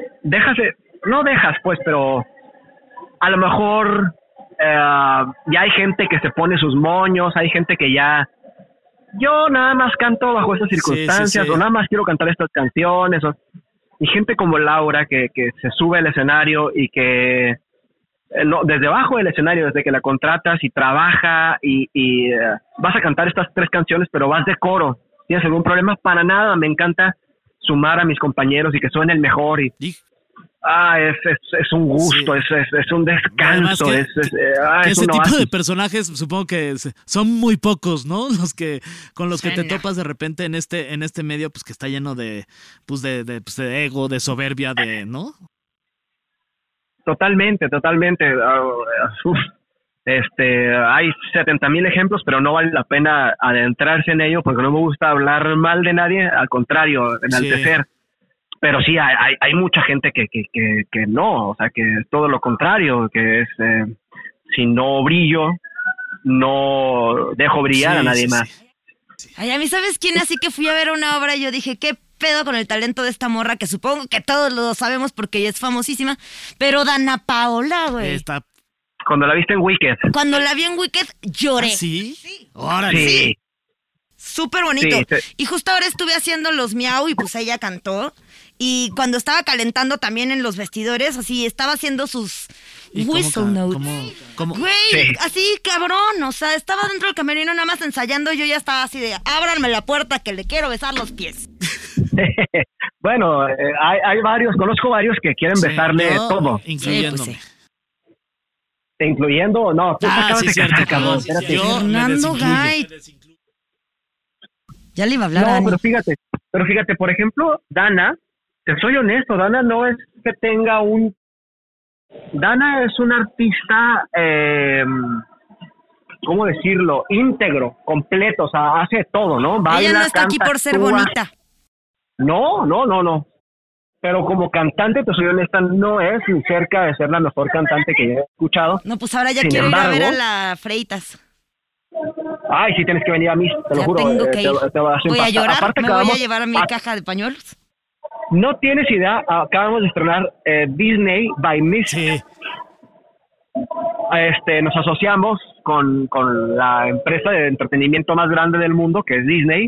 pero a lo mejor ya hay gente que se pone sus moños, hay gente que ya, yo nada más canto bajo estas circunstancias, o nada más quiero cantar estas canciones, y gente como Laura que se sube al escenario y que desde abajo del escenario, desde que la contratas y trabaja y vas a cantar estas 3 canciones, pero vas de coro. ¿Tienes algún problema? Para nada, me encanta sumar a mis compañeros y que suene el mejor. Es un gusto, es un descanso. Ese tipo de personajes, supongo que son muy pocos, ¿no? Con los que te topas de repente en este medio, pues que está lleno de ego, de soberbia, ¿no? Totalmente. Hay 70,000 ejemplos, pero no vale la pena adentrarse en ello porque no me gusta hablar mal de nadie, al contrario, enaltecer. Pero sí, hay mucha gente que no, o sea, que es todo lo contrario, que es si no brillo, no dejo brillar a nadie más. Ay, a mí, ¿sabes quién? Así que fui a ver una obra y yo dije, ¿qué pedo con el talento de esta morra? Que supongo que todos lo sabemos porque ella es famosísima, pero Dana Paola, güey. Cuando la viste en Wicked. Cuando la vi en Wicked, lloré. ¿Sí? Órale. Sí. Súper bonito. Sí. Y justo ahora estuve haciendo los miau y pues ella cantó. Y cuando estaba calentando también en los vestidores, así, estaba haciendo sus whistle notes. ¿Cómo? Güey, así, cabrón. O sea, estaba dentro del camerino nada más ensayando y yo ya estaba así de, ábranme la puerta que le quiero besar los pies. Bueno, hay varios, conozco varios que quieren besarle todo. Incluyéndome. Incluyendo, no, tú acabas de casar, cabrón. Fernando Gay. Ya le iba a hablar a Ani. Pero fíjate, por ejemplo, Dana, te soy honesto, Dana no es que tenga Dana es un artista, ¿cómo decirlo? Íntegro, completo, o sea, hace todo, ¿no? Baila, ella no está aquí por ser bonita. No. Pero como cantante, te soy honesta, no es ni cerca de ser la mejor cantante que yo he escuchado. No, pues ahora ya quiero ir a ver a la Freitas. Ay, sí tienes que venir a mí, te lo juro. Tengo que ir. Voy a llorar, aparte, me voy a llevar mi caja de pañuelos. No tienes idea, acabamos de estrenar Disney by Miss. Sí. Nos asociamos con la empresa de entretenimiento más grande del mundo, que es Disney.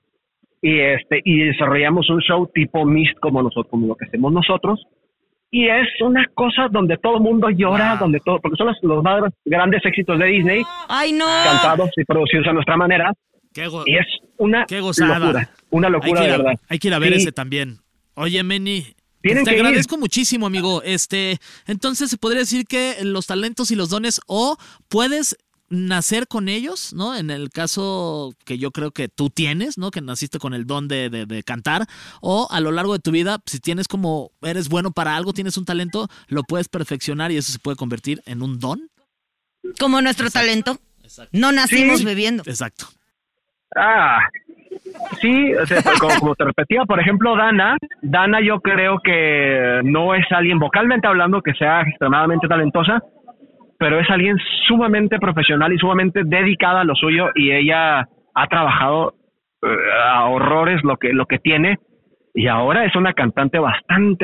Y desarrollamos un show tipo Mist como lo que hacemos nosotros, y es una cosa donde todo el mundo llora, porque son los más grandes éxitos de Disney. ¡Ay, no! Cantados y producidos a nuestra manera. Y es una locura de verdad. Hay que ir a ver ese también. Oye, Meni, te agradezco muchísimo, amigo. Entonces se podría decir que los talentos y los dones o puedes nacer con ellos, ¿no? En el caso que yo creo que tú tienes, ¿no? Que naciste con el don de cantar, o a lo largo de tu vida, si eres bueno para algo, tienes un talento, lo puedes perfeccionar y eso se puede convertir en un don. Como nuestro talento. Exacto. No nacimos bebiendo. Exacto. Sí, o sea, como te repetía, por ejemplo, Dana yo creo que no es alguien vocalmente hablando que sea extremadamente talentosa, pero es alguien sumamente profesional y sumamente dedicada a lo suyo, y ella ha trabajado a horrores lo que tiene, y ahora es una cantante bastante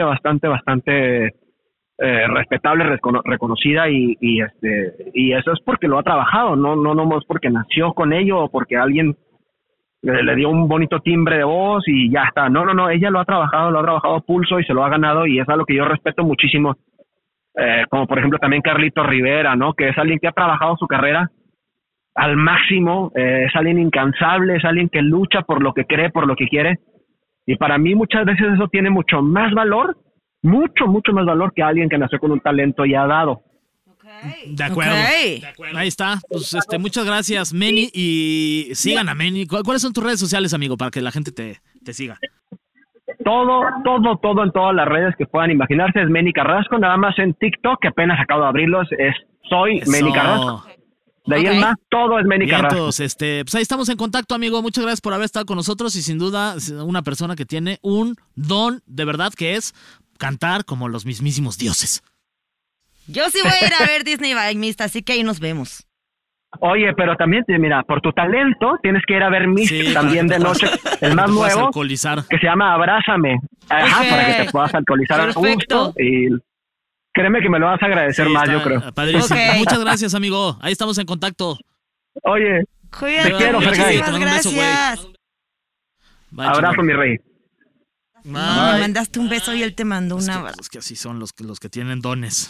respetable, reconocida, y eso es porque lo ha trabajado, no es porque nació con ello o porque alguien le dio un bonito timbre de voz y ya está. No, ella lo ha trabajado a pulso y se lo ha ganado, y es algo que yo respeto muchísimo. Como por ejemplo también Carlito Rivera, ¿no? Que es alguien que ha trabajado su carrera al máximo, es alguien incansable, es alguien que lucha por lo que cree, por lo que quiere, y para mí muchas veces eso tiene mucho más valor, mucho más valor que alguien que nació con un talento ya dado. De acuerdo. Ahí está. Pues muchas gracias, Meni, y sigan a Meni. ¿Cuáles son tus redes sociales, amigo, para que la gente te siga? Todo en todas las redes que puedan imaginarse es Meni Carrasco, nada más en TikTok, que apenas acabo de abrirlos, soy Meni Carrasco. De ahí en más, todo es Meni Carrasco. Pues ahí estamos en contacto, amigo. Muchas gracias por haber estado con nosotros, y sin duda una persona que tiene un don de verdad, que es cantar como los mismísimos dioses. Yo sí voy a ir a ver Disney by Mist, así que ahí nos vemos. Oye, pero también, mira, por tu talento tienes que ir a ver Mist también de noche, el más nuevo, que se llama Abrázame. Ajá, para que te puedas alcoholizar a gusto. Y créeme que me lo vas a agradecer más, yo creo. Padrísimo. Muchas gracias, amigo. Ahí estamos en contacto. Oye, cuídate, te quiero, Fergay. Gracias. Abrazo, mi rey. Me mandaste un beso y él te mandó un abrazo. Es que así son los que tienen dones.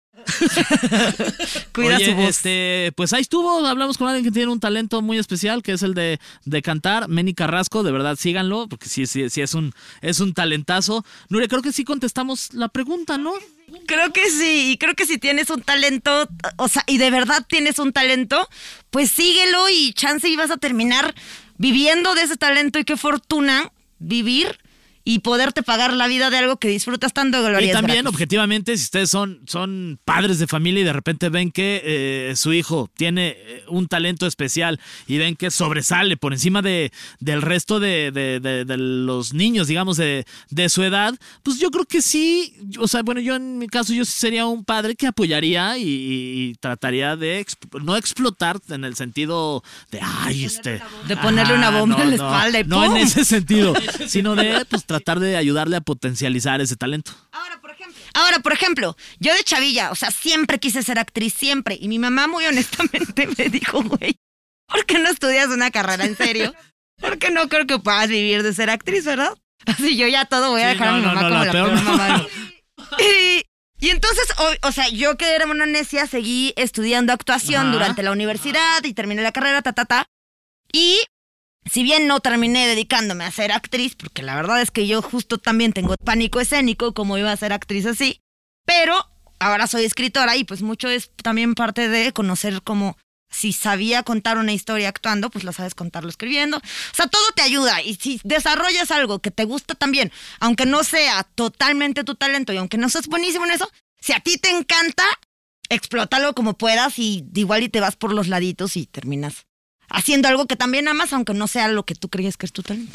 Cuida su voz. Pues ahí estuvo, hablamos con alguien que tiene un talento muy especial, que es el de cantar, Meni Carrasco, de verdad síganlo, porque sí es un talentazo. Nuria, creo que sí contestamos la pregunta, ¿no? Creo que sí, y creo que si tienes un talento, o sea, y de verdad tienes un talento, pues síguelo y chance y vas a terminar viviendo de ese talento, y qué fortuna vivir y poderte pagar la vida de algo que disfrutas tanto, Gloria. Y también, objetivamente, si ustedes son padres de familia y de repente ven que su hijo tiene un talento especial y ven que sobresale por encima del resto de los niños, digamos, de su edad, pues yo creo que sí. O sea, bueno, yo en mi caso, yo sería un padre que apoyaría y trataría de no explotar en el sentido de, de ponerle una bomba en la espalda y no en ese sentido, sino de, pues, tratar de ayudarle a potencializar ese talento. Ahora, por ejemplo, yo de chavilla, o sea, siempre quise ser actriz, siempre. Y mi mamá muy honestamente me dijo, güey, ¿por qué no estudias una carrera en serio? Porque no creo que puedas vivir de ser actriz, ¿verdad? Así yo ya todo voy a dejar a mi mamá como la peor mamá. Y entonces, o sea, yo que era una necia, seguí estudiando actuación durante la universidad y terminé la carrera, Y si bien no terminé dedicándome a ser actriz, porque la verdad es que yo justo también tengo pánico escénico, como iba a ser actriz así, pero ahora soy escritora y pues mucho es también parte de conocer cómo, si sabía contar una historia actuando, pues la sabes contarlo escribiendo. O sea, todo te ayuda, y si desarrollas algo que te gusta también, aunque no sea totalmente tu talento y aunque no seas buenísimo en eso, si a ti te encanta, explótalo como puedas y igual y te vas por los laditos y terminas haciendo algo que también amas, aunque no sea lo que tú creías que es tu talento.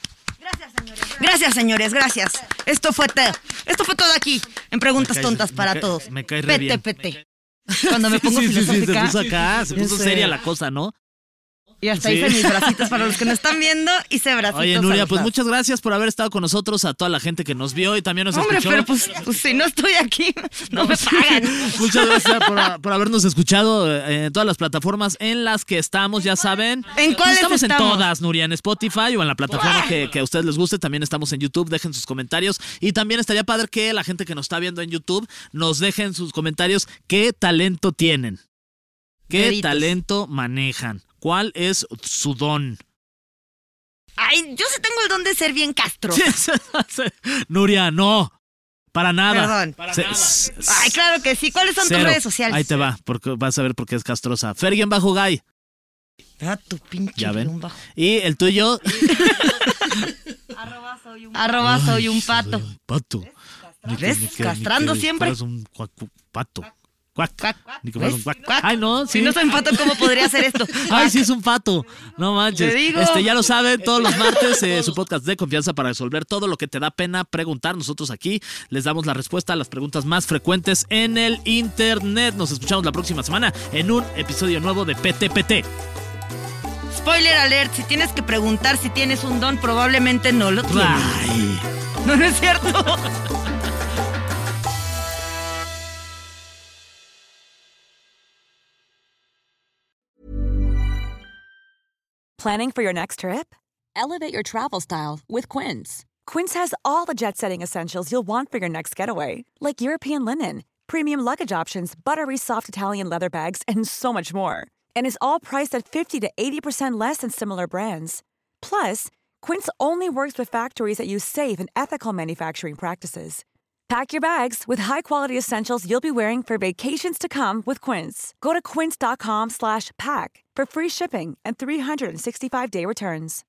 Gracias, señores, gracias. Esto fue todo aquí, en Preguntas Tontas para Todos. Me cae re bien. PT. Cuando me pongo filosófica. Se puso seria la cosa, ¿no? Y hasta hice mis bracitos para los que nos están viendo, hice bracitos. Oye, Nuria, pues muchas gracias por haber estado con nosotros, a toda la gente que nos vio y también nos escuchó. Hombre, pero pues si no estoy aquí, no me pagan. Muchas gracias por habernos escuchado en todas las plataformas en las que estamos, ya saben. ¿En cuáles estamos? En todas, Nuria, en Spotify o en la plataforma que a ustedes les guste. También estamos en YouTube, dejen sus comentarios. Y también estaría padre que la gente que nos está viendo en YouTube nos dejen sus comentarios qué talento tienen, qué talento manejan. ¿Cuál es su don? Ay, yo sí tengo el don de ser bien castro. Nuria, no. Para nada. Perdón. Ay, claro que sí. ¿Cuáles son tus redes sociales? Ahí te va, porque vas a ver por qué es castrosa. Fer_Guy. Ah, tu pinche. Ya ven. Y el tuyo. Arroba soy un pato. Pato. ¿Ves? Castrando siempre. Es un pato. Cuac. Ay, no. Si no soy un pato, ¿cómo podría ser esto? Ay, sí es un pato. No manches. Te digo. Ya lo saben, todos los martes su podcast de confianza para resolver todo lo que te da pena preguntar. Nosotros aquí les damos la respuesta a las preguntas más frecuentes en el internet. Nos escuchamos la próxima semana en un episodio nuevo de PTPT. Spoiler alert, si tienes que preguntar si tienes un don, probablemente no lo tienes. Ay. No es cierto. Planning for your next trip? Elevate your travel style with Quince. Quince has all the jet-setting essentials you'll want for your next getaway, like European linen, premium luggage options, buttery soft Italian leather bags, and so much more. And is all priced at 50 to 80% less than similar brands. Plus, Quince only works with factories that use safe and ethical manufacturing practices. Pack your bags with high-quality essentials you'll be wearing for vacations to come with Quince. Go to quince.com/pack for free shipping and 365-day returns.